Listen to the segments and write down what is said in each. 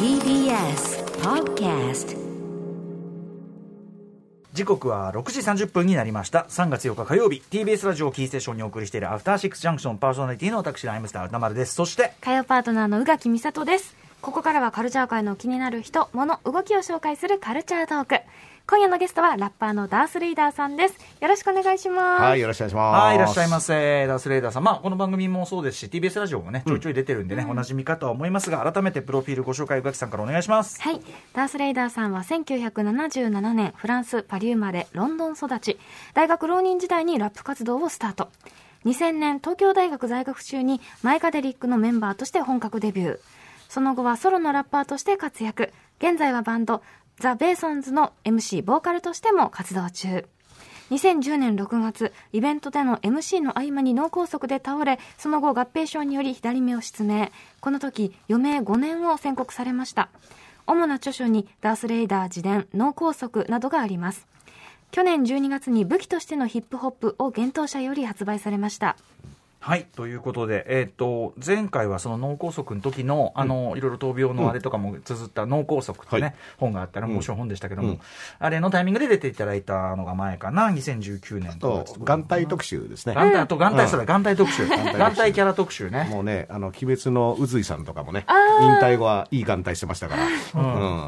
TBS Podcast。 時刻は6時30分になりました。3月8日火曜日、 TBS ラジオキーステーションにお送りしているアフターシックスジャンクション、パーソナリティの私ライムスター歌丸です。そして火曜パートナーの宇垣美里です。ここからはカルチャー界の気になる人、物、動きを紹介するカルチャートーク。今夜のゲストはラッパーのダースレイダーさんです。よろしくお願いします。 はい、よろしくお願いします。 はい、いらっしゃいませ。ダースレイダーさん、この番組もそうですし TBS ラジオもねちょいちょい出てるんでね、おなじみかとは思いますが、改めてプロフィールご紹介、宇垣さんからお願いします。 はい、ダースレイダーさんは1977年フランス・パリ生まれ、ロンドン育ち、大学浪人時代にラップ活動をスタート。2000年東京大学在学中にマイカデリックのメンバーとして本格デビュー。その後はソロのラッパーとして活躍。現在はバンドザ・ベーソンズの MC ボーカルとしても活動中。2010年6月、イベントでの MC の合間に脳梗塞で倒れ、その後合併症により左目を失明。この時余命5年を宣告されました。主な著書にダースレイダー自伝、脳梗塞などがあります。去年12月に武器としてのヒップホップを幻冬舎より発売されました。 はい、ということで、前回はその脳梗塞の時のいろいろ闘病のあれとかも綴った脳梗塞ってね、本があったら面白い本でしたけども、あれのタイミングで出ていただいたのが前かな、2019年と眼帯特集ですね。 眼帯特集、眼帯キャラ特集ね。 もうね、鬼滅の宇髄さんとかもね、引退後はいい眼帯してましたから、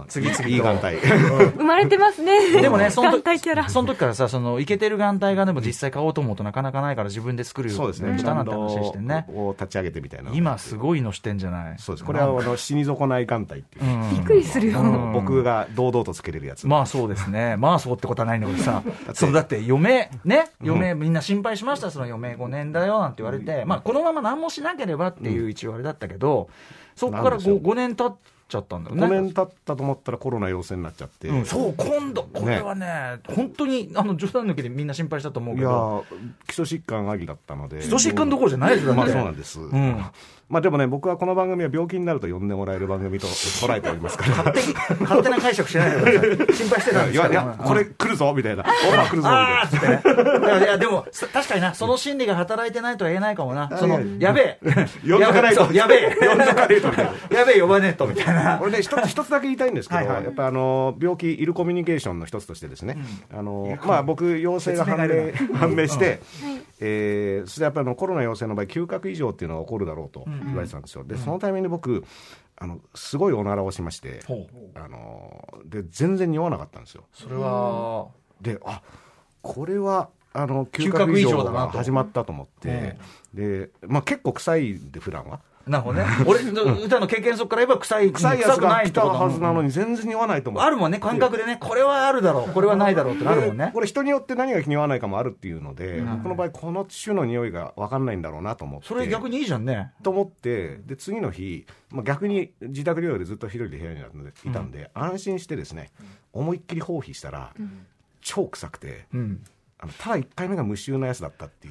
次々といい眼帯生まれてますね。 でもね、その眼帯キャラ、 その時からさ、そのイケてる眼帯がでも実際買おうと思うとなかなかないから自分で作るよそうですね、 したなんて話してね、 を立ち上げてみたいな。 今すごいのしてんじゃない。 そうです。これは死に損ない眼帯っていう、 びっくりするよ、 僕が堂々とつけれるやつ。 そうですね。そうってことはないんだけどさだって余命みんな心配しました。その余命5年だよなんて言われて、このまま何もしなければっていう一応あれだったけど、そこから 5年経っちゃったんだよね。 5年経ったと思ったらコロナ陽性になっちゃって、 そう今度これはね本当に冗談抜きでみんな心配したと思うけど、 基礎疾患ありだったので。 基礎疾患どころじゃないですよ。 そうなんです。でもね、僕はこの番組は病気になると呼んでもらえる番組と捉えておりますから勝手な解釈しないでください。心配してたんですけど、 いやこれ来るぞみたいな、オファー来るぞみたいな。 いやでも確かにな、その心理が働いてないとは言えないかもな。やべえ呼んどかないと、 やべえ呼んどかねえとみたいな、 やべえ呼ばねえとみたいな。 これね、一つだけ言いたいんですけど、やっぱ病気イルコミュニケーションの一つとしてですね、僕陽性が判明して、そしてやっぱりコロナ陽性の場合嗅覚異常っていうのが起こるだろうと言われてたんですよ。でそのタイミングで僕すごいおならをしまして、で全然匂わなかったんですよ。 それはで、これは嗅覚異常が始まったと思って、で結構臭いんで普段は。 なるほどね。俺歌の経験則から言えば臭いやつが来たはずなのに全然匂わないと思う。あるもんね、感覚でね、これはあるだろう、これはないだろうってなるもんね。 これ人によって何が匂わないかもあるっていうので、この場合この種の匂いが分かんないんだろうなと思って。 それ逆にいいじゃんねと思って、で次の日、逆に自宅療養でずっと一人で部屋にいたんで、安心してですね、思いっきり放屁したら、超臭くて、ただ1回目が無臭なやつだったっていう。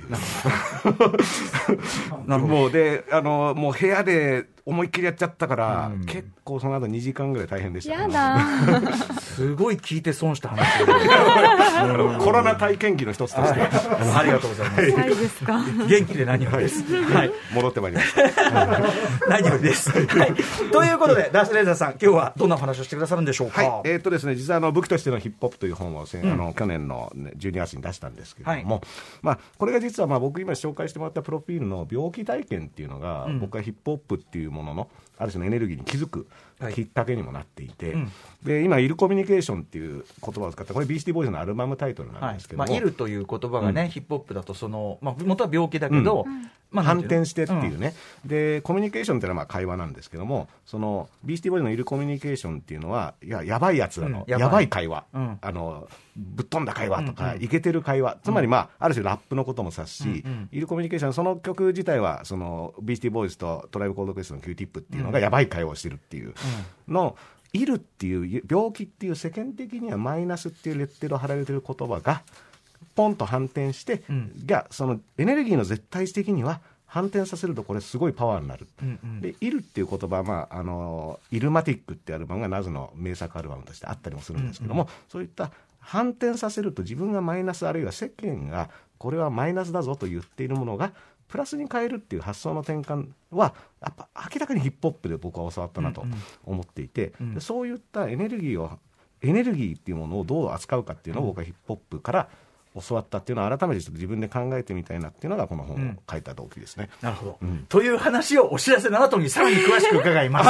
もうでもう部屋で思いっきりやっちゃったから、結構その後2時間ぐらい大変でした、 やだすごい聞いて損した話コロナ体験記の一つとして、 ありがとうございます。 怖いですか。 元気で何よりです、 戻ってまいりました何よりです、ということでダースレーザーさん、今日はどんなお話をしてくださるんでしょうか。 ですね、実は武器としてのヒップホップという本を去年の12月に出したんですけれども、これが実は僕今紹介してもらったプロフィールの病気体験っていうのが、僕はヒップホップっていうもののある種のエネルギーに気づくきっかけにもなっていて、で今イルコミュニケーションっていう言葉を使って、これビースティーボーイズのアルバムタイトルなんですけども、 イルという言葉がね、ヒップホップだと元は病気だけど、 反転してっていうね、でコミュニケーションっていうのは会話なんですけども、そのビースティーボーイズのイルコミュニケーションっていうのは、やばいやつらのやばい会話、ぶっ飛んだ会話とか、イケてる会話、つまりある種ラップのことも指すし、イルコミュニケーション、その曲自体はそのビースティーボーイズとトライブコールドクエストの Q-TIP っていうのがやばい会話をしてるっていうの、イルっていう病気っていう世間的にはマイナスっていうレッテルを貼られてる言葉がポンと反転して、そのエネルギーの絶対値的には反転させるとこれすごいパワーになる、でイルっていう言葉は、イルマティックっていうアルバムがナズの名作アルバムとしてあったりもするんですけども、そういった反転させると自分がマイナス、あるいは世間がこれはマイナスだぞと言っているものがプラスに変えるっていう発想の転換はやっぱ明らかにヒップホップで僕は教わったなと思っていて、でそういったエネルギーっていうものをどう扱うかっていうのを僕はヒップホップから教わったっていうのを改めてちょっと自分で考えてみたいなっていうのがこの本を書いた動機ですね。 なるほど、という話をお知らせの後にさらに詳しく伺います。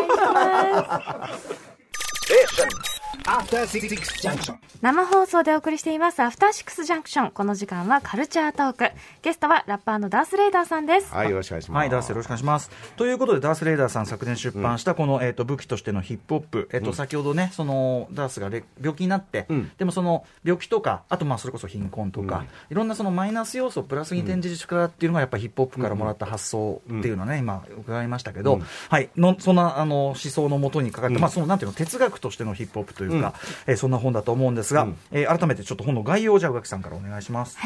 生放送でお送りしていますアフターシックスジャンクション。この時間はカルチャートーク。ゲストはラッパーのダースレイダーさんです。 はい、よろしくお願いします。 はい、ダースよろしくお願いします。ということでダースレイダーさん昨年出版したこの、武器としてのヒップホップ、先ほどねそのダースが病気になって、でもその病気とかあとそれこそ貧困とか、いろんなそのマイナス要素をプラスに転じる力っていうのがやっぱりヒップホップからもらった発想っていうのはね、今伺いましたけど、はいそんな思想のもとにかかった、そのなんていうの哲学としてのヒップホップというか、そんな本だと思うんですが、改めてちょっと本の概要をじゃあ宇垣さんからお願いします。 はい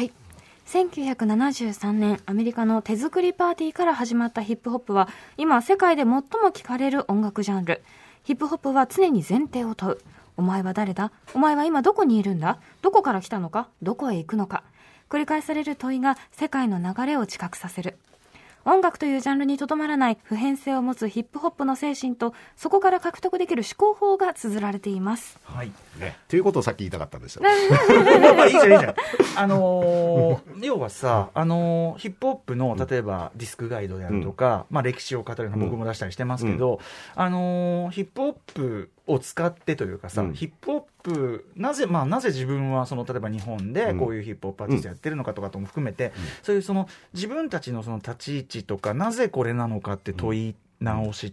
。1973年アメリカの手作りパーティーから始まったヒップホップは今世界で最も聞かれる音楽ジャンル。ヒップホップは常に前提を問う。お前は誰だ？お前は今どこにいるんだ？どこから来たのか？どこへ行くのか？繰り返される問いが世界の流れを知覚させる。音楽というジャンルにとどまらない普遍性を持つヒップホップの精神とそこから獲得できる思考法が綴られています。 はいね、ということをさっき言いたかったんですよ。 いいじゃんいいじゃん。要はさ、ヒップホップの例えばディスクガイドであるとか、歴史を語るような僕も出したりしてますけど、ヒップホップを使ってというかさ、ヒップホップなぜ自分はその例えば日本でこういうヒップホップアーティストやってるのかとかとも含めて、そういうその自分たちのその立ち位置とかなぜこれなのかって問い直しって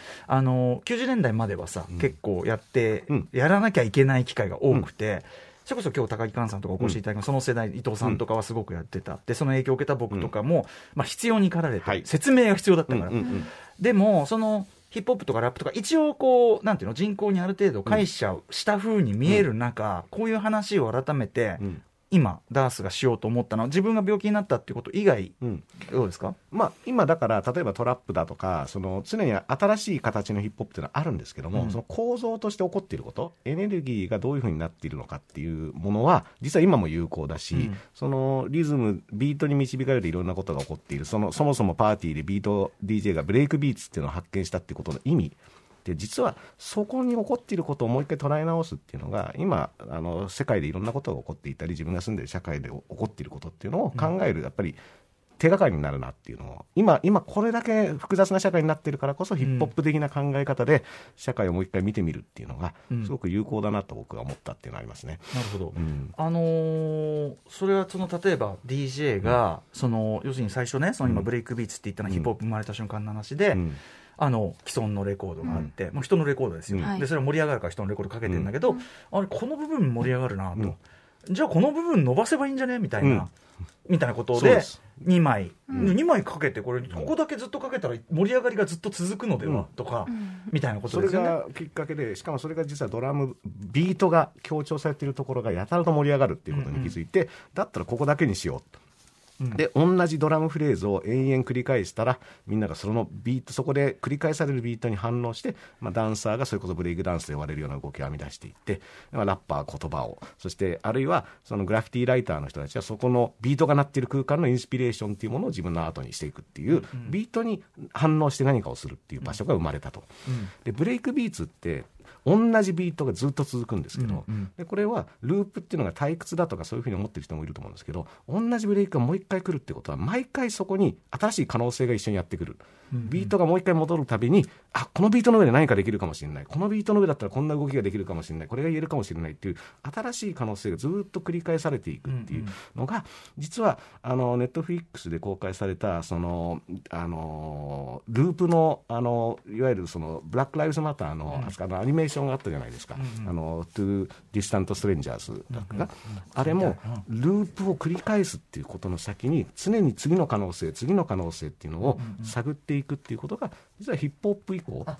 、90年代まではさ、結構やらなきゃいけない機会が多くて、それこそ今日高木寛さんとかお越しいただきその世代伊藤さんとかはすごくやってた。でその影響を受けた僕とかも、必要に駆られて、説明が必要だったから、でもそのヒップホップとかラップとか一応こうなんていうの人口にある程度解釈した風に見える中、こういう話を改めて、今ダースがしようと思ったのは自分が病気になったっていうこと以外、どうですか？ 今だから例えばトラップだとかその常に新しい形のヒップホップっていうのはあるんですけども、その構造として起こっていることエネルギーがどういうふうになっているのかっていうものは実は今も有効だし、そのリズムビートに導かれていろんなことが起こっているそもそもパーティーでビート DJ がブレイクビーツっていうのを発見したっていうことの意味で実はそこに起こっていることをもう一回捉え直すっていうのが今世界でいろんなことが起こっていたり自分が住んでいる社会で起こっていることっていうのを考える、やっぱり手がかりになるなっていうのを今これだけ複雑な社会になっているからこそヒップホップ的な考え方で社会をもう一回見てみるっていうのがすごく有効だなと僕は思ったっていうのがありますね。 なるほど、それはその例えば DJ が、要するに最初ねその今ブレイクビーツって言ったのはヒップホップ生まれた既存の話で、既存のレコードがあって、もう人のレコードですよ、でそれは盛り上がるから人のレコードかけてるんだけど、あれこの部分盛り上がるなと、じゃあこの部分伸ばせばいいんじゃねみたいなことで2枚かけてここだけずっとかけたら盛り上がりがずっと続くのでは、とかみたいなことですよね。 それがきっかけでしかもそれが実はドラムビートが強調されているところがやたらと盛り上がるっていうことに気づいて、だったらここだけにしようと。で同じドラムフレーズを延々繰り返したらみんながそのビートそこで繰り返されるビートに反応して、ダンサーがそれこそブレイクダンスと呼ばれるような動きを編み出していって、ラッパーは言葉をそしてあるいはそのグラフィティライターの人たちはそこのビートが鳴っている空間のインスピレーションっていうものを自分のアートにしていくっていう、ビートに反応して何かをするっていう場所が生まれたと。でブレイクビーツって同じビートがずっと続くんですけど、でこれはループっていうのが退屈だとかそういうふうに思ってる人もいると思うんですけど、同じブレイクがもう一回来るってことは毎回そこに新しい可能性が一緒にやってくる、ビートがもう一回戻るたびにこのビートの上で何かできるかもしれない、このビートの上だったらこんな動きができるかもしれない、これが言えるかもしれないっていう新しい可能性がずっと繰り返されていくっていうのが、実はネットフリックスで公開されたそのループのいわゆるそのブラックライブズマターのアニメーションがあったじゃないですか、To Distant Strangers だったかな、あれもループを繰り返すっていうことの先に常に次の可能性っていうのを探っていくっていうことが実はヒップホップ以降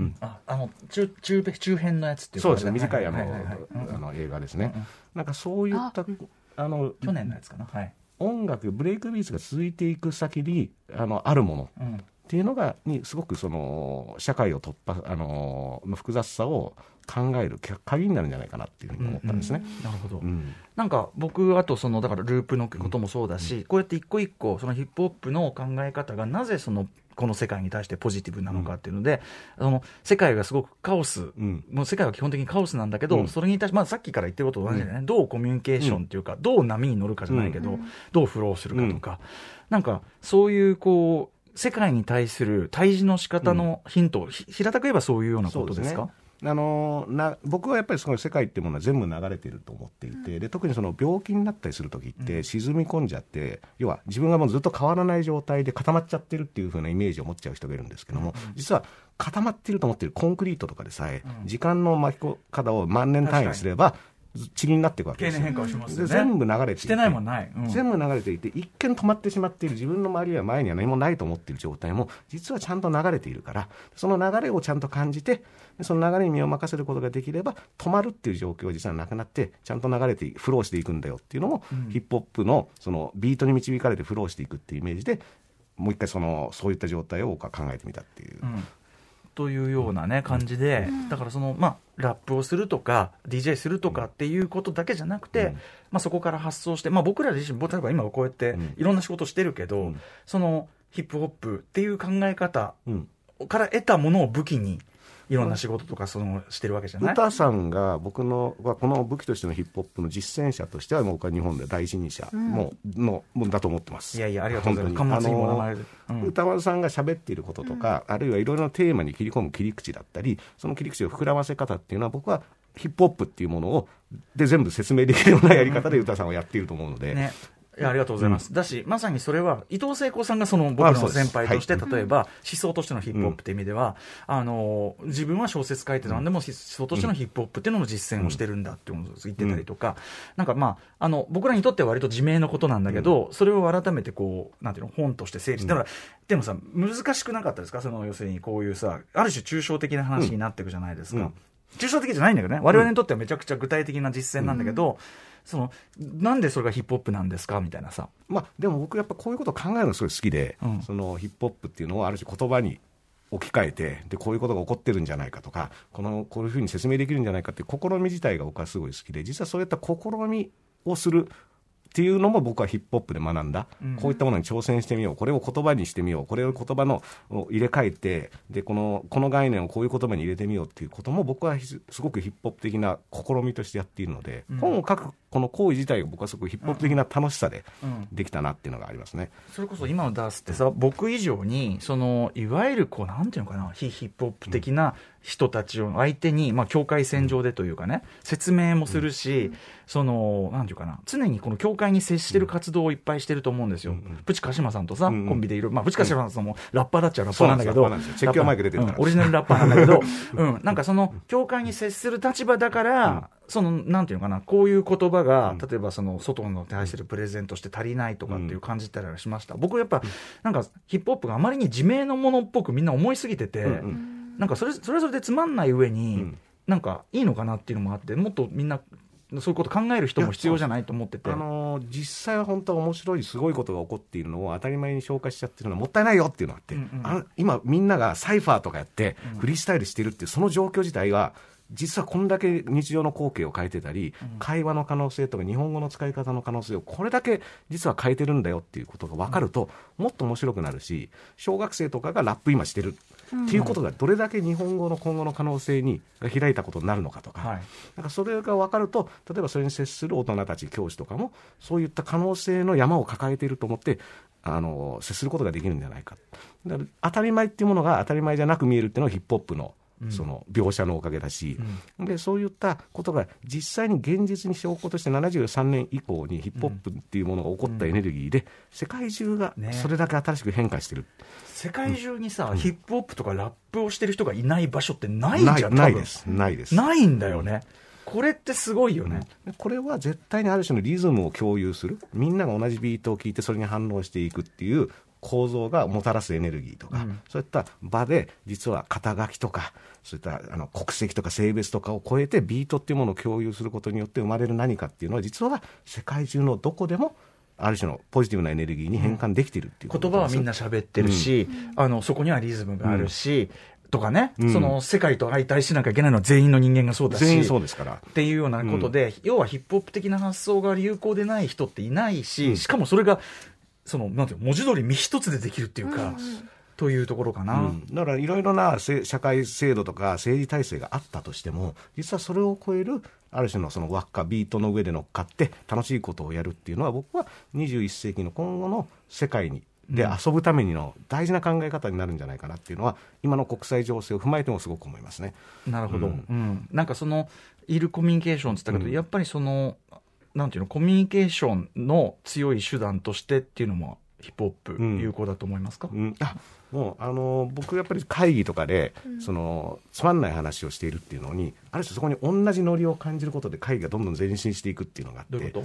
中編のやつっていうそうですね、短い映画ですね、なんかそういった去年のやつかな、 音楽ブレイクビーツが続いていく先にあるものっっていうのがすごく社会を複雑さを考える鍵になるんじゃないかなっていうふうに思ったんですね。 なるほど、なんか僕あとだからループのこともそうだし、こうやって一個一個そのヒップホップの考え方がなぜこの世界に対してポジティブなのかっていうので、世界がすごくカオス、もう世界は基本的にカオスなんだけど、それに対して、さっきから言ってることと同じだよね、どうコミュニケーションっていうか、どう波に乗るかじゃないけど、どうフローするかとか、なんかそういう世界に対する対峙の仕方のヒント、平たく言えばそういうようなことですか？ 僕はやっぱりすごい世界っていうものは全部流れていると思っていて、で特に病気になったりするときって沈み込んじゃって、要は自分がもうずっと変わらない状態で固まっちゃってるっていう風なイメージを持っちゃう人がいるんですけども、実は固まっていると思っているコンクリートとかでさえ、時間の巻き方を万年単位にすれば塵になっていくわけですよ。 経年変化をしますよね。 全部流れていて、 してないもんない、 全部流れていて、一見止まってしまっている自分の周りや前には何もないと思っている状態も実はちゃんと流れているから、その流れをちゃんと感じて、その流れに身を任せることができれば止まるっていう状況は実はなくなって、ちゃんと流れてフローしていくんだよっていうのも、ヒップホップのビートに導かれてフローしていくっていうイメージで、もう一回そういった状態を僕は考えてみたっていう、 というようなね感じで、だからラップをするとか DJ するとかっていうことだけじゃなくて、そこから発想して、僕ら自身例えば今こうやっていろんな仕事してるけど、そのヒップホップっていう考え方から得たものを武器にいろんな仕事とかしてるわけじゃない。 歌さんがこの武器としてのヒップホップの実践者としては、僕は日本で第一人者だと思ってます。 いやいや、ありがとうございます。 歌丸さんが喋っていることとか、あるいはいろいろなテーマに切り込む切り口だったり、その切り口を膨らませ方っていうのは、僕はヒップホップっていうもので全部説明できるようなやり方で歌さんはやっていると思うので、 いやありがとうございます、だしまさにそれは伊藤聖子さんが僕の先輩として、例えば思想としてのヒップホップって意味では、自分は小説書いてたんでも思想としてのヒップホップっていうのの実践をしてるんだっていうのを言ってたりとか、なんか僕らにとっては割と自明のことなんだけど、それを改めてなんていうの本として整理して、だからでもさ難しくなかったですか？要するにこういうさある種抽象的な話になっていくじゃないですか、抽象的じゃないんだけどね、我々にとってはめちゃくちゃ具体的な実践なんだけど、なんでそれがヒップホップなんですかみたいなさ。 でも僕やっぱこういうことを考えるのがすごい好きで、ヒップホップっていうのをある種言葉に置き換えて、でこういうことが起こってるんじゃないかとか、こういうふうに説明できるんじゃないかっていう試み自体が僕はすごい好きで、実はそういった試みをするっていうのも僕はヒップホップで学んだ、こういったものに挑戦してみよう、これを言葉にしてみよう、これを言葉の入れ替えて、でこの概念をこういう言葉に入れてみようっていうことも、僕はすごくヒップホップ的な試みとしてやっているので、本を書くこの行為自体が僕はすごくヒップホップ的な楽しさでできたなっていうのがありますね。 それこそ今のダースってさ、僕以上にいわゆるなんていうのかな、ヒップホップ的な人たちを相手に、境界線上でというかね、説明もするし、なんていうかな、常にこの境界に接してる活動をいっぱいしてると思うんですよ。プチカシマさんとさ、コンビでいる、プチカシマさんもラッパーだっちゃうラッパーなんだけど、 チェックマイク出てるから、 オリジナルラッパーなんだけど、なんか境界に接する立場だから、なんていうのかな、こういう言葉が、例えば外の対するプレゼントして足りないとかっていう感じたりしました。僕やっぱなんかヒップホップがあまりに自明のものっぽくみんな思いすぎてて、なんかそれぞれでつまんない上に、なんかいいのかなっていうのもあって、もっとみんなそういうこと考える人も必要じゃないと思ってて、 実際は本当は面白いすごいことが起こっているのを当たり前に消化しちゃってるのはもったいないよっていうのがあって、今みんながサイファーとかやってフリースタイルしてるっていうその状況自体が、実はこんだけ日常の光景を変えてたり、会話の可能性とか日本語の使い方の可能性をこれだけ実は変えてるんだよっていうことが分かると、もっと面白くなるし、小学生とかがラップ今してるっていうことがどれだけ日本語の今後の可能性が開いたことになるのかとか、なんかそれが分かると、例えばそれに接する大人たち教師とかもそういった可能性の山を抱えていると思って接することができるんじゃないか。だから当たり前っていうものが当たり前じゃなく見えるっていうのはヒップホップのその描写のおかげだし、でそういったことが実際に現実に証拠として73年以降にヒップホップっていうものが起こったエネルギーで、世界中がそれだけ新しく変化してる、 世界中にさ、ヒップホップとかラップをしてる人がいない場所ってないじゃん。 ないです。 ないんだよね。これってすごいよね、 これは絶対にある種のリズムを共有する、みんなが同じビートを聴いてそれに反応していくっていう構造がもたらすエネルギーとか、そういった場で実は肩書きとかそういった国籍とか性別とかを超えてビートっていうものを共有することによって生まれる何かっていうのは、実は世界中のどこでもある種のポジティブなエネルギーに変換できているっていうこと、 言葉はみんな喋ってるし、そこにはリズムがあるし、とかね、その世界と相対しなきゃいけないのは全員の人間がそうだし、 全員そうですからっていうようなことで、要はヒップホップ的な発想が有効でない人っていないし、しかもそれがなんていうの、文字通り身一つでできるっていうか、というところかな。 だからいろいろな社会制度とか政治体制があったとしても、実はそれを超えるある種のその輪っかビートの上で乗っかって楽しいことをやるっていうのは、僕は21世紀の今後の世界にで遊ぶためにの大事な考え方になるんじゃないかなっていうのは、今の国際情勢を踏まえてもすごく思いますね。 なるほど、なんかイルコミュニケーションって言ったけど、やっぱりなんていうの、コミュニケーションの強い手段としてっていうのもヒップホップ有効だと思いますか？ もう僕やっぱり会議とかで、つまんない話をしているっていうのに、ある種そこに同じノリを感じることで会議がどんどん前進していくっていうのがあって、 どういうこと？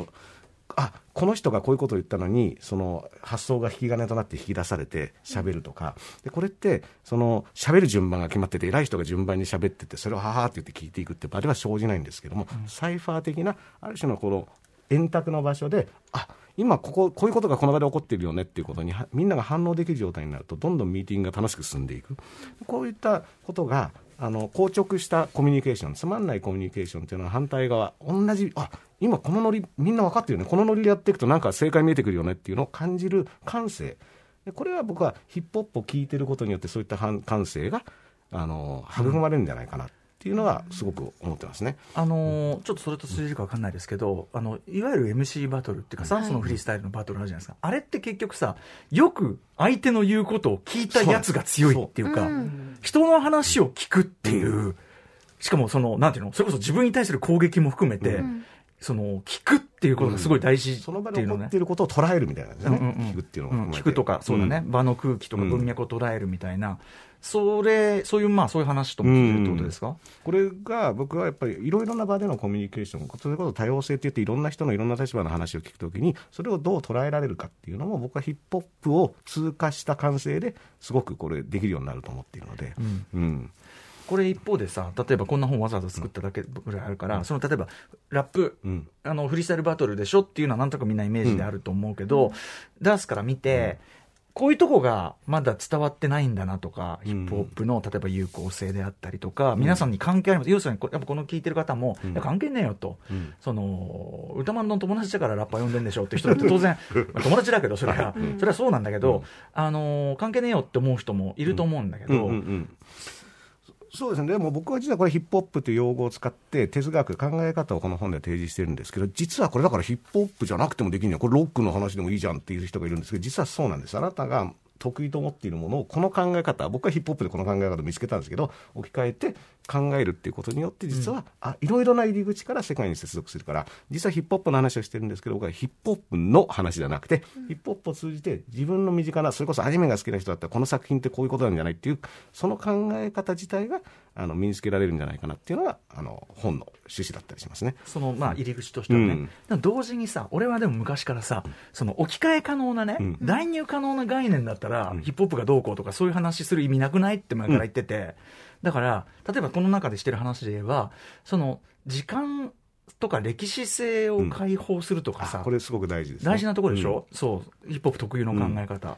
この人がこういうことを言ったのに、発想が引き金となって引き出されて喋るとか、でこれって喋る順番が決まってて、偉い人が順番に喋ってて、それをははって言って聞いていくって場では生じないんですけども、サイファー的なある種のこの円卓の場所で、今こういうことがこの場で起こっているよねっていうことにみんなが反応できる状態になると、どんどんミーティングが楽しく進んでいく。こういったことが硬直したコミュニケーション、つまんないコミュニケーションっていうのは反対側、同じ今このノリみんな分かってるよね、このノリでやっていくとなんか正解見えてくるよねっていうのを感じる感性で、これは僕はヒップホップを聞いてることによってそういった感性が育まれるんじゃないかなっていうのはすごく思ってますね。 ちょっとそれと通じるか分かんないですけど、いわゆる MC バトルっていうかさ、そのフリースタイルのバトルあるじゃないですか。あれって結局さ、よく相手の言うことを聞いたやつが強いっていうか、人の話を聞くっていう、しかもなんていうの、それこそ自分に対する攻撃も含めて、聞くっていうことがすごい大事っていうのね。 その場で起こっていることを捉えるみたいなですね。聞くっていうのが聞くとか、そうだね、場の空気とか文脈を捉えるみたいな、そういう話とも聞けるってことですか？ これが僕はやっぱりいろいろな場でのコミュニケーション、それこそ多様性って言っていろんな人のいろんな立場の話を聞くときに、それをどう捉えられるかっていうのも、僕はヒップホップを通過した感性ですごくこれできるようになると思っているので、 これ一方でさ、例えばこんな本わざわざ作っただけぐらいあるから、例えばラップ、フリースタイルバトルでしょっていうのはなんとかみんなイメージであると思うけど、ダースから見て、こういうとこがまだ伝わってないんだなとか、ヒップホップの例えば有効性であったりとか、皆さんに関係あります。要するにやっぱこの聞いてる方も、いや関係ねえよと、歌丸の友達だからラッパー呼んでんでしょって人って当然友達だけど、それはそうなんだけど、関係ねえよって思う人もいると思うんだけど、 そうですね。でも僕は実はこれヒップホップという用語を使って哲学、考え方をこの本では提示してるんですけど、実はこれだからヒップホップじゃなくてもできるんだよ、これロックの話でもいいじゃんっていう人がいるんですけど、実はそうなんです。あなたが得意と思っているものを、この考え方、僕はヒップホップでこの考え方を見つけたんですけど、置き換えて考えるっていうことによって、実は、いろいろな入り口から世界に接続するから、実はヒップホップの話をしてるんですけど、僕はヒップホップの話じゃなくて、ヒップホップを通じて自分の身近な、それこそアニメが好きな人だったらこの作品ってこういうことなんじゃないっていう、その考え方自体が身につけられるんじゃないかなっていうのが本の趣旨だったりしますね。 入り口としてはね、同時にさ、俺はでも昔からさ、置き換え可能なね、代入可能な概念だったら、ヒップホップがどうこうとかそういう話する意味なくないって前から言ってて、だから例えばこの中でしてる話で言えば、時間とか歴史性を解放するとかさ、 これすごく大事ですね。 大事なところでしょ、そうヒップホップ特有の考え方、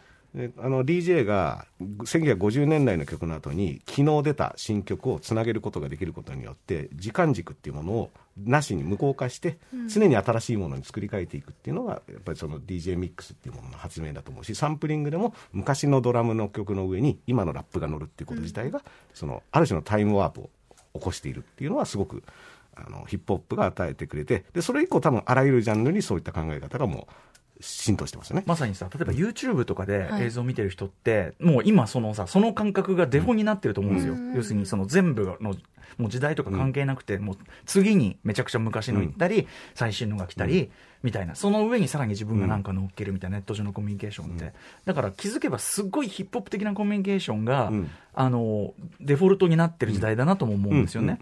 DJ が1950年代の曲の後に昨日出た新曲をつなげることができることによって、時間軸っていうものをなしに無効化して常に新しいものに作り変えていくっていうのがやっぱりDJ ミックスっていうものの発明だと思うし、サンプリングでも昔のドラムの曲の上に今のラップが乗るっていうこと自体が、ある種のタイムワープを起こしているっていうのはすごくヒップホップが与えてくれて、でそれ以降多分あらゆるジャンルにそういった考え方がもう浸透してますね。 まさにさ、例えば YouTube とかで映像を見てる人って、もう今その感覚がデフォになってると思うんですよ。要するに全部のもう時代とか関係なくて、もう次にめちゃくちゃ昔の行ったり、最新のが来たり、みたいな、その上にさらに自分がなんか乗っけるみたいなネット上のコミュニケーションって、だから気づけばすごいヒップホップ的なコミュニケーションが、デフォルトになってる時代だなとも思うんですよね。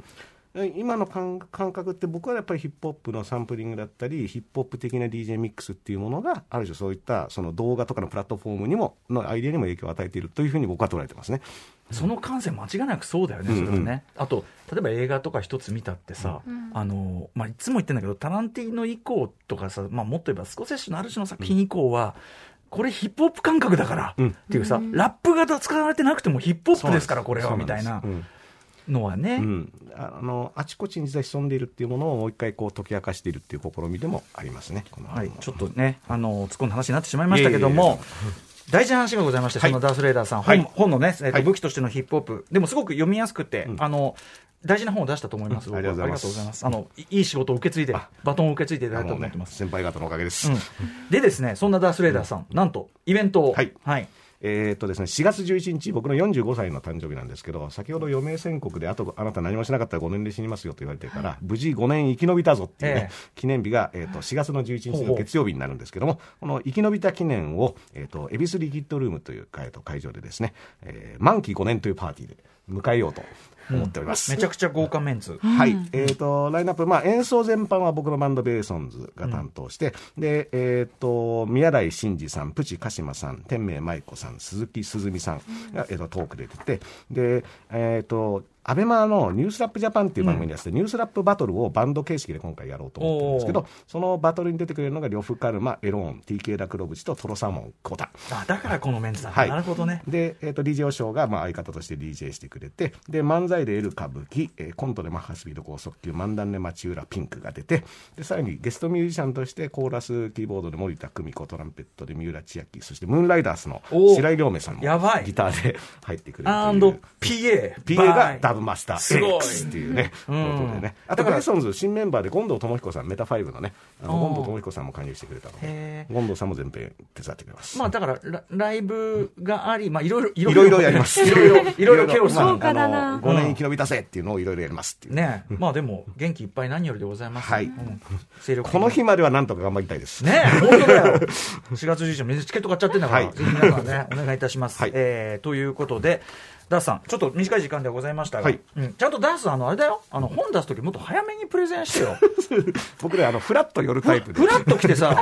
今の感覚って僕はやっぱりヒップホップのサンプリングだったりヒップホップ的な DJ ミックスっていうものがある種そういったその動画とかのプラットフォームにものアイデアにも影響を与えているというふうに僕は捉えてますね。 その感性間違いなくそうだよね、それはね。あと例えば映画とか一つ見たってさ、いつも言ってんだけどタランティーノ以降とかさ、もっと言えばスコセッシのある種の作品以降は、これヒップホップ感覚だからっていうさ、ラップが使われてなくてもヒップホップですからこれはみたいなのはね、 あちこちに実は潜んでいるっていうものをもう一回こう解き明かしているっていう試みでもありますね。 ちょっとね突っ込んだ話になってしまいましたけども、大事な話がございまして、そのダース・レイダーさん、本のね、武器としてのヒップホップでもすごく読みやすくて、大事な本を出したと思います。 ありがとうございます。 いい仕事を受け継いで、バトンを受け継いでいただいたと思ってます。 先輩方のおかげです。 でですね、そんなダース・レイダーさん、なんとイベントを、 ですね、4月11日僕の45歳の誕生日なんですけど、先ほど余命宣告であなた何もしなかったら5年で死にますよと言われてから、無事5年生き延びたぞっていうね、記念日が、4月の11日の月曜日になるんですけども、この生き延びた記念を、恵比寿リキッドルームという、会場でですね、満期5年というパーティーで迎えようと思っております。 めちゃくちゃ豪華メンツ。 はい。ラインナップ、演奏全般は僕のバンドベーソンズが担当して、で、宮台真司さん、プチ鹿島さん、天明舞子さん、鈴木すずみさんが、トークで出てて、で、アベマのニュースラップジャパンっていう番組でやって、ニュースラップバトルをバンド形式で今回やろうと思ってるんですけど、そのバトルに出てくれるのが呂布カルマ、エローン、TK ラクロブチとトロサーモンコタ。 だからこのメンツだ。なるほどね。 で、DJ おしょうが相方として DJ してくれて、で漫才でエル歌舞伎、コントでマッハスピード高速球、漫談で町浦ピンクが出て、でさらにゲストミュージシャンとしてコーラスキーボードで森田久美子、トランペットで三浦千秋、そしてムーンライダースの白井亮明さんもギターで入ってくれるという。PA がダブマスターっていうね、ことでね。あとベーソンズ新メンバーで権藤智彦さん、メタ5のね、権藤智彦さんも加入してくれたので、権藤さんも全編手伝ってくれます。 だからライブがあり、いろいろやります。 いろいろケオスさん 5年生き延びたぜっていうのをいろいろやりますっていうね。でも元気いっぱい何よりでございます。 はい。この日まではなんとか頑張りたいです。 ね、本当だよ。4月11日チケット買っちゃってんだから、ぜひ皆さんねお願いいたします。ということで。ダースさん、ちょっと短い時間ではございましたが、ちゃんとダース、あれだよ、本出すときもっと早めにプレゼンしてよ。 僕ね、フラッと寄るタイプで。 フラッと来てさ、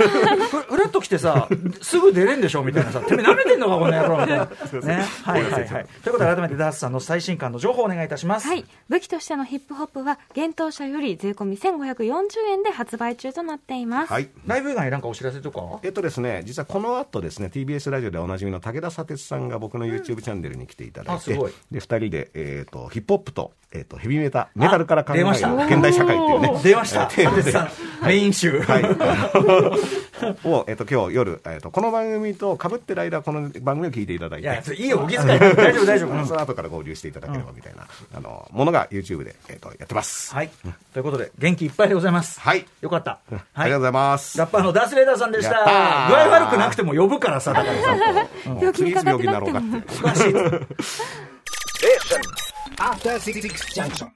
すぐ出れんでしょみたいなさ、てめえ舐めてんのか、この野郎みたいな。ね。はい。ということで、改めてダースさんの最新刊の情報をお願いいたします。 はい。武器としてのヒップホップは、幻冬舎より税込み1540円で発売中となっています。 はい。 ライブ以外になんかお知らせとかですね、実はこの後ですね、TBS ラジオでおなじみの武田砂鉄さんが僕の YouTube チャンネルに来ていただいて、で、2人でヒップホップと、ヘビメタルから考える現代社会っていうね。 出ました。メイン集。 を、今日夜、この番組と被ってる間、この番組を聞いていただいて。 いいよ、お気遣い。大丈夫。 その後から合流していただければみたいな、ものが YouTube で、やってます。 はい。ということで、元気いっぱいでございます。 はい。 よかった。 ありがとうございます。 ラッパーのダース・レイダーさんでした。具合悪くなくても呼ぶからさ、だからさ。 病気にかかってなくても。 おかしい。 After 66 junction.